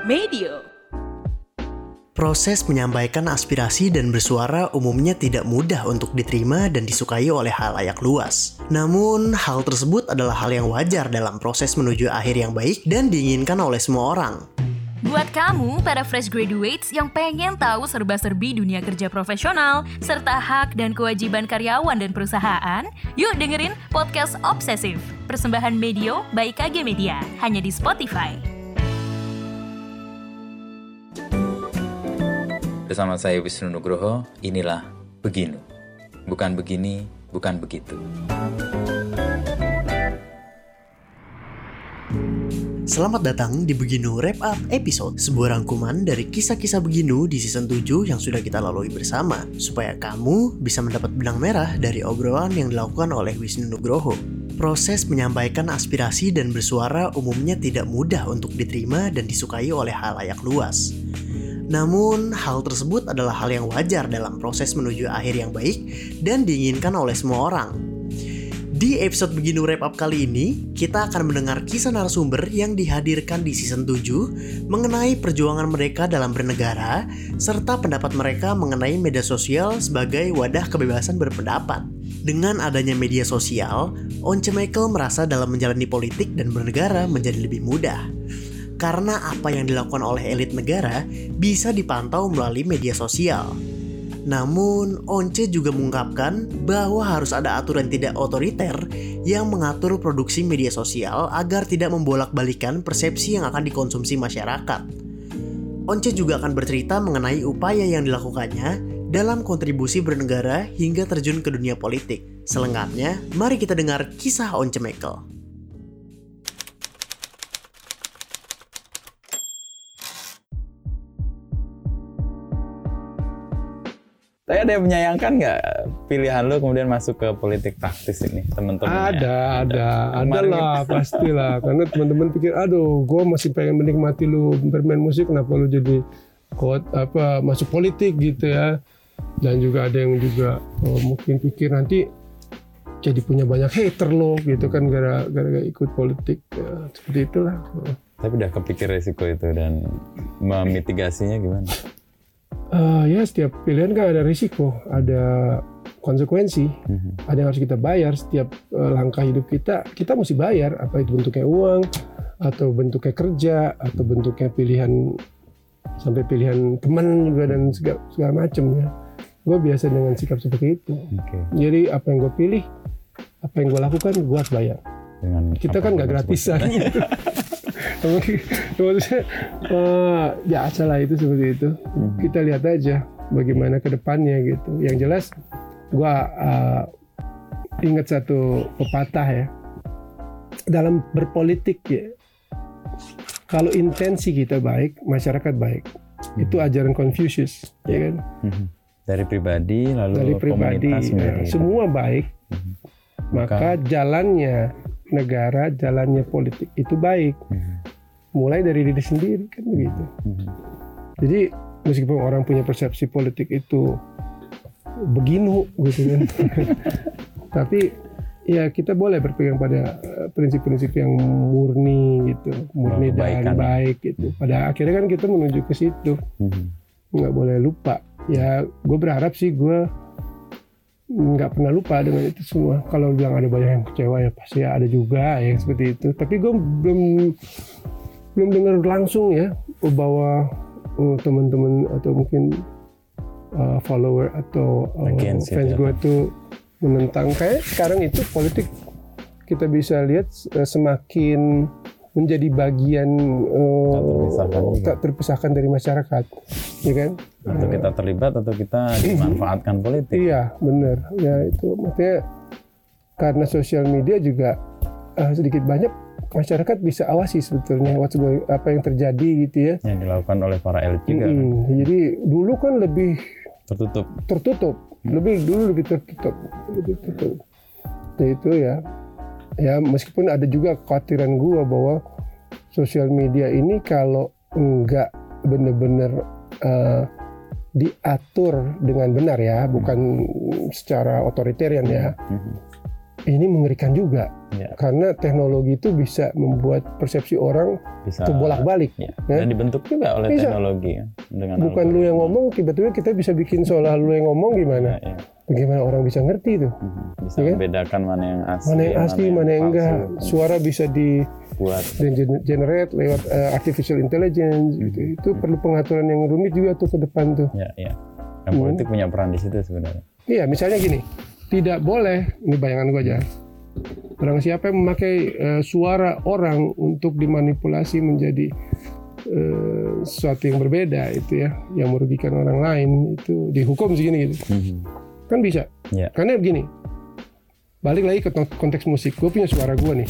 Medio. Proses menyampaikan aspirasi dan bersuara umumnya tidak mudah untuk diterima dan disukai oleh khalayak luas. Namun, hal tersebut adalah hal yang wajar dalam proses menuju akhir yang baik dan diinginkan oleh semua orang. Buat kamu, para fresh graduates yang pengen tahu serba-serbi dunia kerja profesional, serta hak dan kewajiban karyawan dan perusahaan, yuk dengerin Podcast Obsesif, persembahan Medio by KG Media, hanya di Spotify. Bersama saya Wisnu Nugroho, inilah Beginu. Bukan begini, bukan begitu. Selamat datang di Beginu Wrap Up Episode, sebuah rangkuman dari kisah-kisah Beginu di season 7 yang sudah kita lalui bersama, supaya kamu bisa mendapat benang merah dari obrolan yang dilakukan oleh Wisnu Nugroho. Proses menyampaikan aspirasi dan bersuara umumnya tidak mudah untuk diterima dan disukai oleh khalayak luas. Namun, hal tersebut adalah hal yang wajar dalam proses menuju akhir yang baik dan diinginkan oleh semua orang. Di episode Beginu Wrap Up kali ini, kita akan mendengar kisah narasumber yang dihadirkan di season 7 mengenai perjuangan mereka dalam bernegara, serta pendapat mereka mengenai media sosial sebagai wadah kebebasan berpendapat. Dengan adanya media sosial, Once Michael merasa dalam menjalani politik dan bernegara menjadi lebih mudah. Karena apa yang dilakukan oleh elit negara bisa dipantau melalui media sosial. Namun, Once juga mengungkapkan bahwa harus ada aturan tidak otoriter yang mengatur produksi media sosial agar tidak membolak-balikan persepsi yang akan dikonsumsi masyarakat. Once juga akan bercerita mengenai upaya yang dilakukannya dalam kontribusi bernegara hingga terjun ke dunia politik. Selengkapnya, mari kita dengar kisah Once Michael. Tapi ada yang menyayangkan nggak pilihan lu kemudian masuk ke politik praktis ini, teman-teman? Ada lah, pastilah. Karena teman-teman pikir, aduh, gue masih pengen menikmati lu bermain musik, kenapa lu jadi masuk politik gitu ya? Dan juga ada yang juga mungkin pikir nanti jadi punya banyak hater lo gitu kan gara-gara ikut politik, ya, seperti itulah. Tapi udah kepikir resiko itu dan memitigasinya gimana? Ya setiap pilihan kan ada risiko, ada konsekuensi, ada yang harus kita bayar. Setiap langkah hidup kita mesti bayar, apa itu bentuknya uang, atau bentuknya kerja, atau bentuknya pilihan, sampai pilihan teman juga dan segala macam ya. Gue biasa dengan sikap seperti itu. Jadi apa yang gue pilih, apa yang gue lakukan, gue harus bayar. Kita kan nggak gratisan. Maksudnya biasa lah itu seperti itu. Kita lihat aja bagaimana ke depannya gitu. Yang jelas gue ingat satu pepatah ya, dalam berpolitik ya, kalau intensi kita baik, masyarakat baik. Itu ajaran Confucius, ya kan? Dari pribadi lalu dari pribadi, komunitas semua baik, maka jalannya negara, jalannya politik itu baik. Mulai dari diri sendiri kan begitu. Jadi meskipun orang punya persepsi politik itu beginu gitu kan, tapi ya kita boleh berpegang pada prinsip-prinsip yang murni gitu, murni dan baik gitu. Pada akhirnya kan kita menuju ke situ, nggak boleh lupa. Ya gue berharap sih gue nggak pernah lupa dengan itu semua. Kalau bilang ada banyak yang kecewa ya pasti ada juga yang seperti itu. Tapi gue belum dengar langsung ya bahwa teman-teman atau mungkin follower atau fans gue tuh menentang. Kayak sekarang itu politik kita bisa lihat semakin menjadi bagian tak terpisahkan dari masyarakat, ya kan? Atau kita terlibat atau kita dimanfaatkan politik. Iya, benar. Ya itu maksudnya karena sosial media juga sedikit banyak masyarakat bisa awasi sebetulnya apa yang terjadi gitu ya. Yang dilakukan oleh para elit juga. Jadi dulu kan lebih tertutup. Lebih tertutup. Ya itu ya. Ya meskipun ada juga kekhawatiran gue bahwa sosial media ini kalau enggak benar-benar diatur dengan benar ya, bukan secara otoritarian ya, ini mengerikan juga. Ya. Karena teknologi itu bisa membuat persepsi orang Bisa terbolak-balik. ya. Ya. Dan dibentuk juga oleh Bisa. teknologi ya, dengan Bukan lu yang ngomong, tiba-tiba kita bisa bikin seolah lu yang ngomong gimana? Ya, ya. Bagaimana orang bisa ngerti itu? Bisa Ya kan? membedakan mana yang asli, Mana yang asli, mana yang enggak. palsu, Suara bisa di buat. generate lewat artificial intelligence. Gitu. Itu perlu pengaturan yang rumit juga tuh ke depan tuh. Ya, ya. Dan politik punya peran di situ sebenarnya. Iya, misalnya gini, tidak boleh, ini bayangan gua aja. Barang siapa yang memakai suara orang untuk dimanipulasi menjadi sesuatu yang berbeda itu ya, yang merugikan orang lain, itu dihukum segini gitu. Kan bisa. Ya. Karena begini, balik lagi ke konteks musik, gue punya suara gue nih.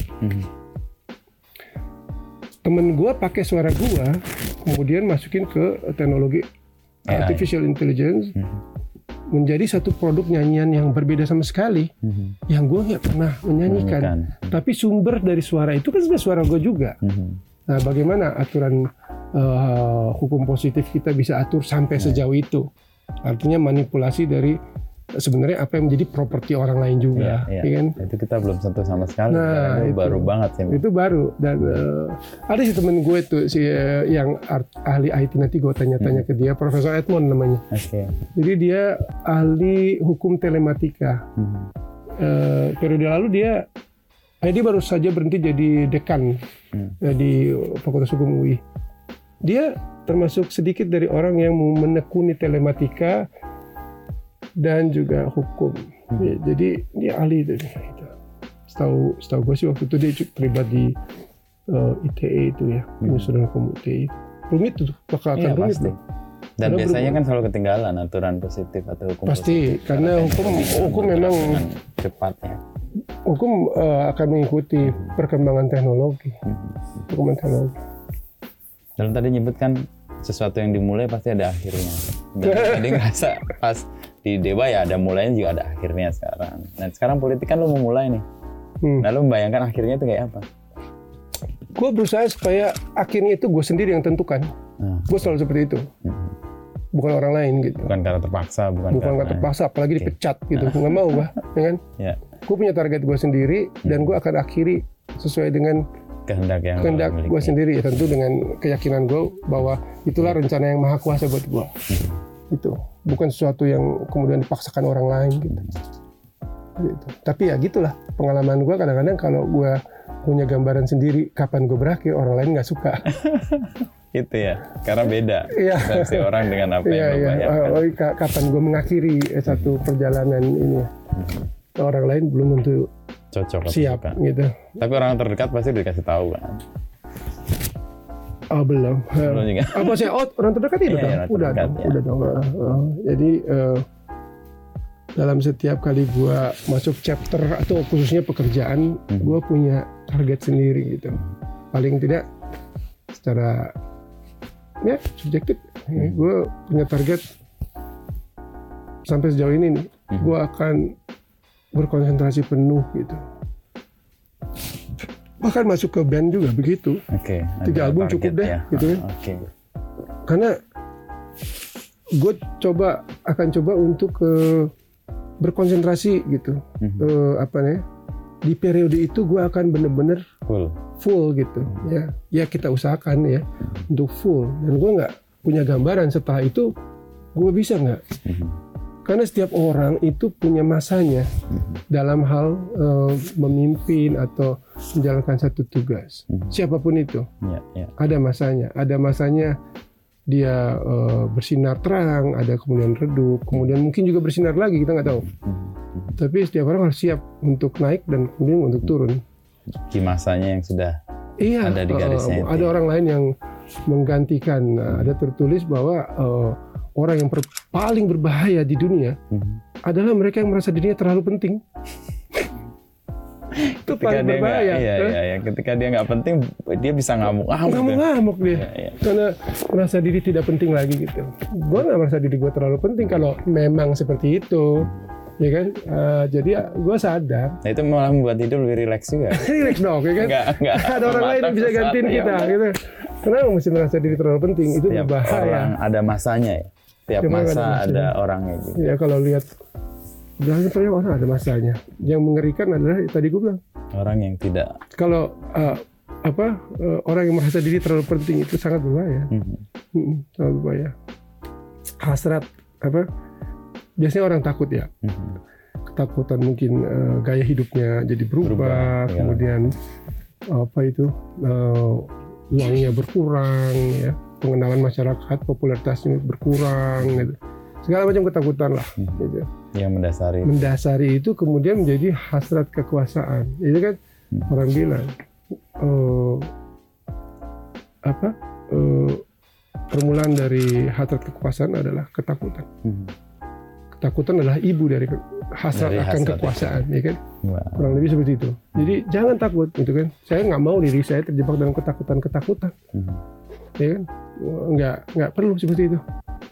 Temen gue pakai suara gue, kemudian masukin ke teknologi AI. artificial intelligence, menjadi satu produk nyanyian yang berbeda sama sekali, yang gue nggak pernah menyanyikan. Tapi sumber dari suara itu kan sebenarnya suara gue juga. Nah, bagaimana aturan hukum positif kita bisa atur sampai sejauh itu? Artinya manipulasi dari sebenarnya apa yang menjadi properti orang lain juga, ya. ya kan? Itu kita belum sentuh sama sekali. Nah, itu baru banget sih. Itu baru. Dan ada si temen gue tuh si yang ahli IT, nanti gue tanya-tanya ke dia, Profesor Edmond namanya. Oke. Jadi dia ahli hukum telematika. Periode lalu dia baru saja berhenti jadi dekan di Fakultas Hukum UI. Dia termasuk sedikit dari orang yang menekuni telematika dan juga hukum. Ya, jadi dia ahli itu. Setahu gue sih waktu itu dia terlibat di ITE itu ya, penyusunan hukum ITE. Rumit tuh, bakal akan rumit. Pasti. Dan Karena biasanya kan selalu ketinggalan aturan positif atau hukum pasti, positif. karena hukum memang dengan cepat ya. hukum akan mengikuti perkembangan teknologi. Perkembangan teknologi. Dalam tadi nyebutkan sesuatu yang dimulai pasti ada akhirnya. Dan tadi ngerasa pas di Dewa ya ada mulainya juga ada akhirnya sekarang. Nah sekarang politik kan lo mau mulai nih. Nah lo membayangkan akhirnya itu kayak apa? Gue berusaha supaya akhirnya itu gue sendiri yang tentukan. Gue selalu seperti itu. Bukan orang lain gitu. Bukan karena terpaksa, bukan karena terpaksa, apalagi dipecat gitu. Nggak mau gue, ya kan? Ya. Gue punya target gue sendiri dan gue akan akhiri sesuai dengan kehendak gue sendiri, ya tentu dengan keyakinan gue bahwa itulah rencana yang maha kuasa buat gue. Itu bukan sesuatu yang kemudian dipaksakan orang lain gitu. Tapi ya gitulah pengalaman gue, kadang-kadang kalau gue punya gambaran sendiri kapan gue berakhir, orang lain nggak suka. Gitu ya, karena beda persepsi orang dengan apa yang lo bayangkan. Kapan gue mengakhiri satu perjalanan ini ya. Orang lain belum tentu cocok siap gitu. Tapi orang terdekat pasti dikasih tahu kan. Oh belum. Belum juga. Apa sih? Oh orang terdekat itu udah dong. Jadi dalam setiap kali gue masuk chapter atau khususnya pekerjaan, gue punya target sendiri gitu. Paling tidak secara ya subjektif, gue punya target sampai sejauh ini nih, gue akan berkonsentrasi penuh gitu. Bahkan masuk ke band juga begitu. 3 album cukup deh ya. Gitu kan. Karena gue akan coba untuk berkonsentrasi gitu. Di periode itu gue akan bener-bener full gitu ya kita usahakan ya untuk full, dan gue nggak punya gambaran setelah itu gue bisa nggak, karena setiap orang itu punya masanya dalam hal memimpin atau menjalankan satu tugas, siapapun itu ada masanya dia bersinar terang, ada kemudian redup, kemudian mungkin juga bersinar lagi, kita nggak tahu. Tapi setiap orang harus siap untuk naik dan kemudian untuk turun. Di masanya yang sudah ada di garisnya. Ada orang lain yang menggantikan. Ada tertulis bahwa orang yang paling berbahaya di dunia adalah mereka yang merasa dirinya terlalu penting. Itu paling berbahaya. Iya. Ketika dia nggak penting, dia bisa ngamuk dia. Karena merasa diri tidak penting lagi gitu. Gue nggak merasa diri gue terlalu penting kalau memang seperti itu. Ya kan, jadi gue sadar. Nah itu malah membuat hidup lebih rileks juga. Rileks dong, ya kan. Nggak ada orang lain yang bisa gantiin kita, gitu. Kenapa mesti merasa diri terlalu penting? Itu berbahaya. Orang ada masanya ya. Tiap masa ada orangnya gitu. Ya kalau lihat banyak orang ada masanya. Yang mengerikan adalah tadi gue bilang Orang yang tidak. kalau orang yang merasa diri terlalu penting itu sangat berbahaya. Sangat berbahaya. Hasrat biasanya orang takut ya. Ketakutan mungkin gaya hidupnya jadi berubah ya. Kemudian uangnya berkurang ya, pengenalan masyarakat, popularitasnya berkurang gitu. Segala macam ketakutan lah gitu. Yang mendasari itu kemudian menjadi hasrat kekuasaan. Itu kan orang bilang permulaan dari hasrat kekuasaan adalah ketakutan. Ketakutan adalah ibu dari hasrat akan kekuasaan, ya kan? Kurang lebih seperti itu. Jadi jangan takut, gitu kan? Saya nggak mau diri saya terjebak dalam ketakutan, ya kan? Nggak perlu seperti itu.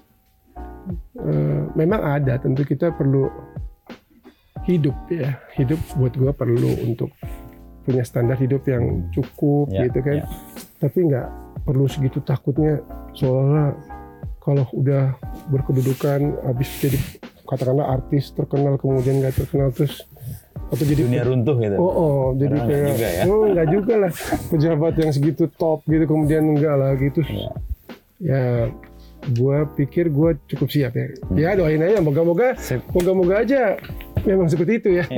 Memang ada, tentu kita perlu hidup ya. Hidup buat gua perlu untuk punya standar hidup yang cukup, gitu kan? Tapi nggak perlu segitu takutnya, soalnya kalau udah berkedudukan habis jadi katakanlah artis terkenal kemudian nggak terkenal terus atau jadi dunia runtuh gitu. Jadi kayak nggak juga lah pejabat yang segitu top gitu kemudian enggak lah gitu. Ya gue pikir gue cukup siap ya. Ya doain aja, moga-moga aja memang seperti itu ya.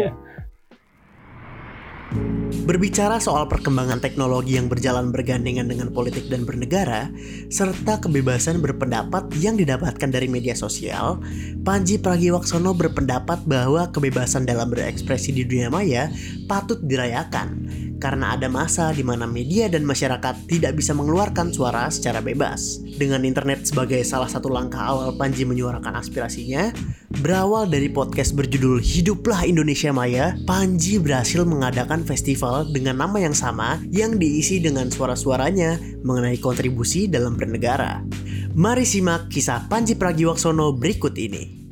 Berbicara soal perkembangan teknologi yang berjalan bergandengan dengan politik dan bernegara, serta kebebasan berpendapat yang didapatkan dari media sosial, Pandji Pragiwaksono berpendapat bahwa kebebasan dalam berekspresi di dunia maya patut dirayakan, karena ada masa di mana media dan masyarakat tidak bisa mengeluarkan suara secara bebas. Dengan internet sebagai salah satu langkah awal Pandji menyuarakan aspirasinya, berawal dari podcast berjudul Hiduplah Indonesia Maya, Pandji berhasil mengadakan festival dengan nama yang sama yang diisi dengan suara-suaranya mengenai kontribusi dalam bernegara. Mari simak kisah Pandji Pragiwaksono berikut ini.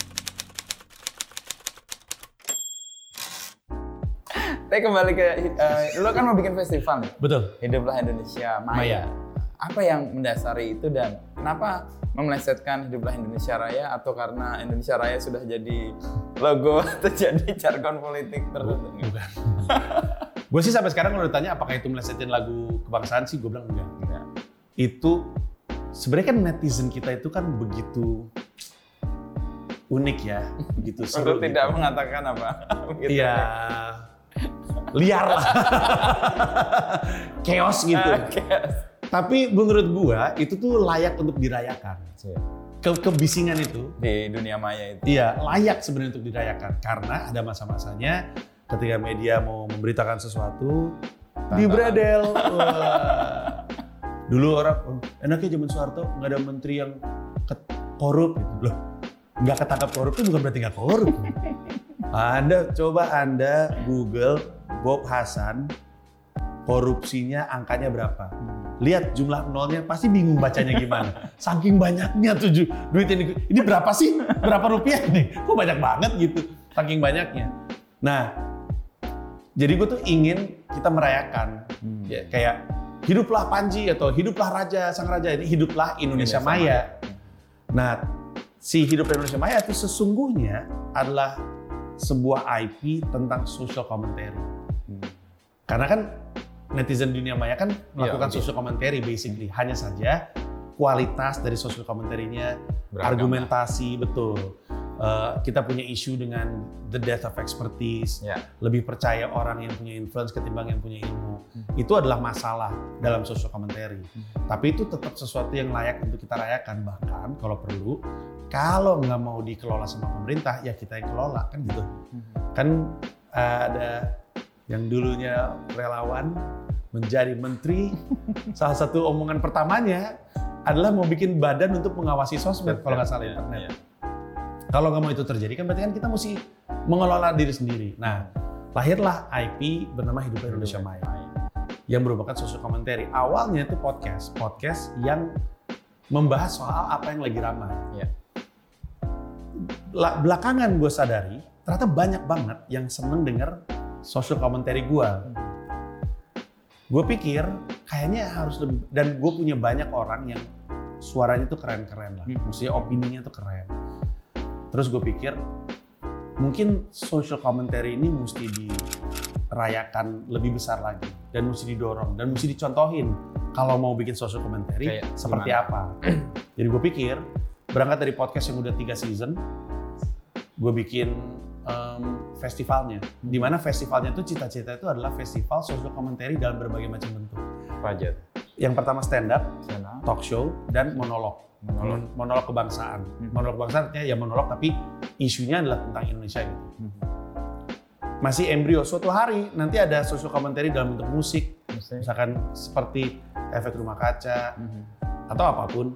Saya kembali ke, lo kan mau bikin festival nih? Betul. Hiduplah Indonesia Maya. Apa yang mendasari itu dan kenapa memelesetkan Hiduplah Indonesia Raya, atau karena Indonesia Raya sudah jadi logo atau jadi jargon politik tertentu? Bukan. Gue sih sampai sekarang kalau ditanya apakah itu melesetin lagu kebangsaan sih, gue bilang enggak. Itu sebenarnya kan netizen kita itu kan begitu unik ya, begitu seru. Untuk tidak mengatakan apa? Iya. Liar lah. Chaos gitu. Tapi menurut gua itu tuh layak untuk dirayakan. Kebisingan itu di dunia maya itu. Iya, layak sebenarnya untuk dirayakan karena ada masa-masanya ketika media mau memberitakan sesuatu dibredel. Dulu orang enaknya zaman Soeharto nggak ada menteri yang korup gitu. Loh, nggak ketangkap korup itu bukan berarti nggak korup. Anda Google Bob Hasan, korupsinya angkanya berapa? Lihat jumlah nolnya, pasti bingung bacanya gimana. Saking banyaknya tuh duit ini berapa sih? Berapa rupiah nih? Kok banyak banget gitu, saking banyaknya. Nah, jadi gue tuh ingin kita merayakan, ya, kayak hiduplah Pandji atau hiduplah Raja, Sang Raja, ini hiduplah Indonesia Maya. Nah, si Hiduplah Indonesia Maya itu sesungguhnya adalah sebuah IP tentang social commentary. Karena kan netizen dunia maya kan melakukan social commentary basically. Hanya saja kualitas dari social commentary-nya, argumentasi, betul. Kita punya isu dengan the death of expertise, lebih percaya orang yang punya influence ketimbang yang punya ilmu. Itu adalah masalah dalam social commentary. Tapi itu tetap sesuatu yang layak untuk kita rayakan. Bahkan kalau perlu, kalau nggak mau dikelola sama pemerintah, ya kita yang kelola, kan gitu. Kan ada yang dulunya relawan menjadi menteri, salah satu omongan pertamanya adalah mau bikin badan untuk mengawasi sosmed, kalau nggak salah internet. Kalau nggak mau itu terjadi, kan berarti kan kita mesti mengelola diri sendiri. Nah, lahirlah IP bernama Hiduplah Indonesia Maya, yang merupakan social commentary. Awalnya itu podcast yang membahas soal apa yang lagi ramai. Belakangan gue sadari, ternyata banyak banget yang seneng denger social commentary gue. Gue pikir kayaknya harus lebih, dan gue punya banyak orang yang suaranya tuh keren-keren lah, maksudnya opininya tuh keren. Terus gue pikir mungkin social commentary ini mesti dirayakan lebih besar lagi dan mesti didorong dan mesti dicontohin kalau mau bikin social commentary seperti apa. Jadi gue pikir berangkat dari podcast yang udah 3 season, gue bikin festivalnya, di mana festivalnya itu cita-cita itu adalah festival social commentary dalam berbagai macam bentuk. Project. Yang pertama stand up, talk show, dan monolog kebangsaan. Monolog kebangsaan artinya ya monolog tapi isunya adalah tentang Indonesia gitu. Masih embrio, suatu hari nanti ada social commentary dalam bentuk musik, misalkan seperti Efek Rumah Kaca atau apapun,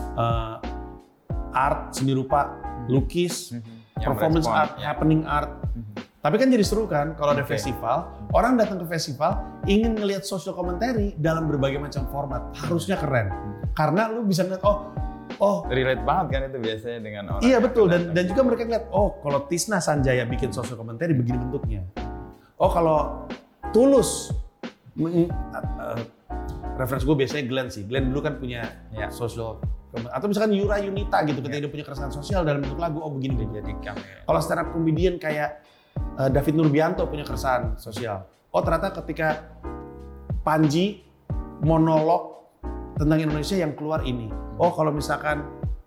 art, seni rupa, lukis, performance art, happening art. Tapi kan jadi seru kan kalau ada festival, orang datang ke festival ingin ngelihat social commentary dalam berbagai macam format. Harusnya keren. Karena lu bisa ngeliat relate banget kan itu biasanya dengan orang. Iya betul, dan juga mereka ngeliat kalau Tisna Sanjaya bikin social commentary begini bentuknya. Kalau Tulus referensi gue biasanya Glenn sih. Glenn dulu kan punya social, atau misalkan Yura Yunita gitu ketika dia punya keresahan sosial dalam bentuk lagu, begini. Kalau stand up comedian kayak David Nurbianto punya keresahan sosial. Ternyata ketika Panji monolog tentang Indonesia yang keluar ini. Kalau misalkan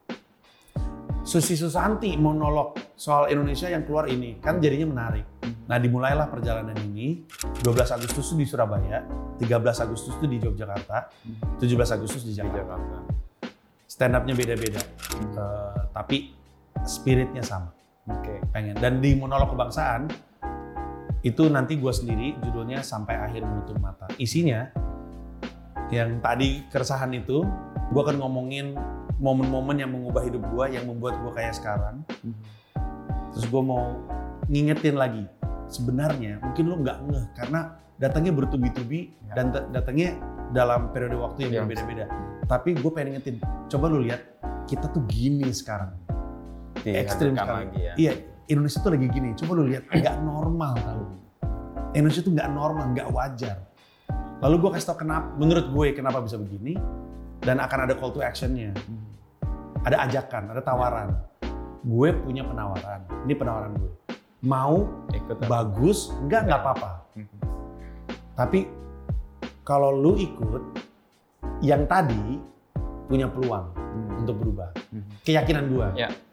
Susi Susanti monolog soal Indonesia yang keluar ini, kan jadinya menarik. Nah, dimulailah perjalanan ini. 12 Agustus itu di Surabaya, 13 Agustus itu di Yogyakarta, 17 Agustus di Jakarta. Stand up-nya beda-beda, tapi spiritnya sama. Pengen. Dan di monolog kebangsaan itu nanti gue sendiri judulnya Sampai Akhir Menutup Mata. Isinya yang tadi keresahan itu, gue akan ngomongin momen-momen yang mengubah hidup gue, yang membuat gue kayak sekarang. Terus gue mau ngingetin lagi, sebenarnya mungkin lo nggak ngeh karena datangnya bertubi-tubi dan datangnya dalam periode waktu yang berbeda-beda. Tapi gue pengen ngingetin, coba lo lihat kita tuh gini sekarang. Ekstrim sekali. Iya, Indonesia tuh lagi gini. Coba lu lihat, nggak normal tau. Indonesia tuh nggak normal, nggak wajar. Lalu gue kasih tau kenapa, menurut gue kenapa bisa begini, dan akan ada call to action-nya. Ada ajakan, ada tawaran. Gue punya penawaran. Ini penawaran gue. Mau ikut bagus, nggak apa-apa. Tapi kalau lu ikut, yang tadi punya peluang untuk berubah. Keyakinan gue.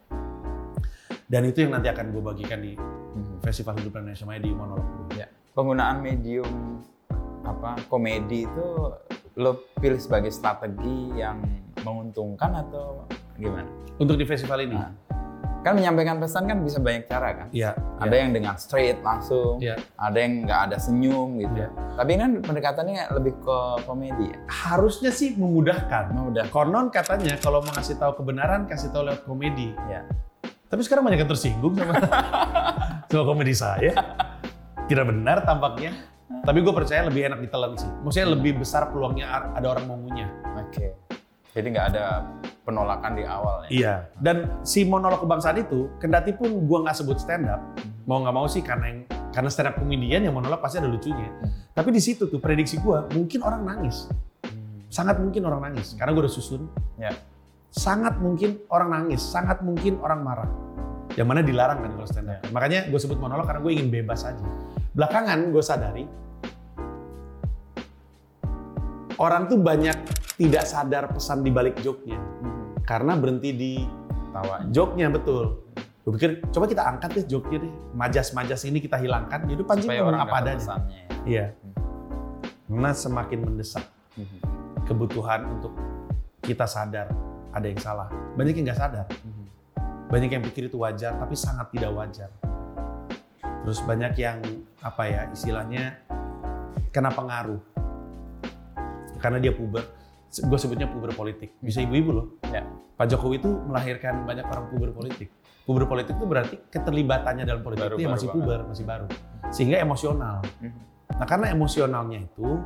Dan itu yang nanti akan gue bagikan di Festival Hidup Indonesia Maya di monolog. Penggunaan medium komedi itu lo pilih sebagai strategi yang menguntungkan atau gimana? Untuk di festival ini? Kan menyampaikan pesan kan bisa banyak cara kan? Ada yang dengan straight langsung, ada yang nggak ada senyum gitu. Tapi kan pendekatannya lebih ke komedi ya? Harusnya sih memudahkan. Konon katanya kalau mau ngasih tahu kebenaran, kasih tahu lewat komedi. Tapi sekarang banyak yang tersinggung sama komedi saya. Tidak benar tampaknya. Tapi gue percaya lebih enak ditelan sih. Maksudnya lebih besar peluangnya ada orang mau ngunyah. Jadi nggak ada penolakan di awal ya? Iya. Dan si monolog kebangsaan itu, kendati pun gue nggak sebut stand up, mau nggak mau sih karena stand up komedian yang monolog pasti ada lucunya. Tapi di situ tuh prediksi gue, mungkin orang nangis. Sangat mungkin orang nangis. Karena gue udah susun. Sangat mungkin orang nangis, sangat mungkin orang marah. Yang mana dilarang kan kalau stand up. Makanya gue sebut monolog karena gue ingin bebas aja. Belakangan gue sadari, orang tuh banyak tidak sadar pesan di balik joke-nya. Karena berhenti di tawa joke-nya, betul. Gue pikir, coba kita angkat deh joke-nya deh. Majas-majas ini kita hilangkan, jadi Panji ngomong apa adanya. Iya. Karena semakin mendesak kebutuhan untuk kita sadar ada yang salah. Banyak yang nggak sadar. Banyak yang pikir itu wajar, tapi sangat tidak wajar. Terus banyak yang istilahnya kena pengaruh. Karena dia puber. Gue sebutnya puber politik. Bisa ibu-ibu loh. Pak Jokowi itu melahirkan banyak orang puber politik. Puber politik itu berarti keterlibatannya dalam politik itu masih puber, masih baru. Sehingga emosional. Nah karena emosionalnya itu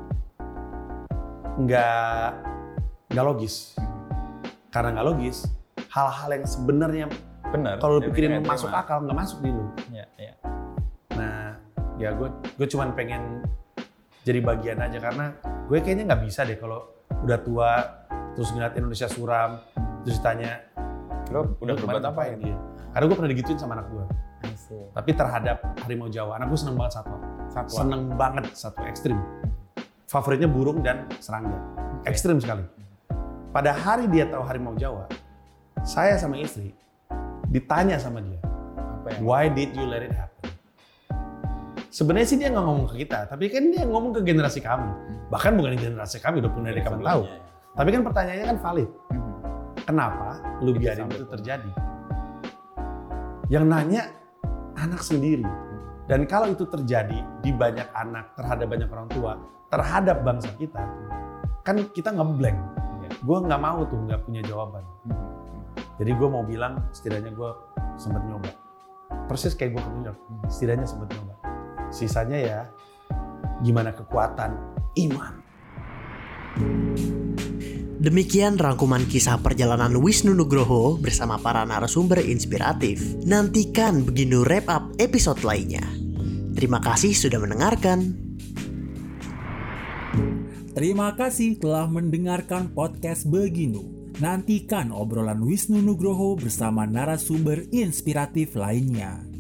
nggak logis. Karena nggak logis, hal-hal yang sebenarnya benar kalau lu pikirin masuk akal nggak masuk di lu. Nah, ya gue cuman pengen jadi bagian aja karena gue kayaknya nggak bisa deh kalau udah tua terus ngeliat Indonesia suram terus ditanya lo udah berbuat apa ya dia? Karena gue pernah digituin sama anak gue. Tapi terhadap harimau Jawa, anakku seneng banget satwa. Seneng banget satwa ekstrim. Favoritnya burung dan serangga. Ekstrim sekali. Pada hari dia tahu harimau Jawa, saya sama istri ditanya sama dia, why did you let it happen? Sebenarnya sih dia nggak ngomong ke kita, tapi kan dia ngomong ke generasi kami. Bahkan bukan generasi kami, udah punya dari kapan tahu. Tapi kan pertanyaannya kan valid. Kenapa lu biarin itu terjadi? Yang nanya anak sendiri. Dan kalau itu terjadi di banyak anak, terhadap banyak orang tua, terhadap bangsa kita, kan kita nggak blank. Gue nggak mau tuh nggak punya jawaban. Jadi gue mau bilang, setidaknya gue sempat nyoba. Persis kayak gue ke New York, setidaknya sempat nyoba. Sisanya ya, gimana kekuatan iman. Demikian rangkuman kisah perjalanan Wisnu Nugroho bersama para narasumber inspiratif. Nantikan Beginu Wrap Up episode lainnya. Terima kasih sudah mendengarkan. Terima kasih telah mendengarkan podcast Beginu. Nantikan obrolan Wisnu Nugroho bersama narasumber inspiratif lainnya.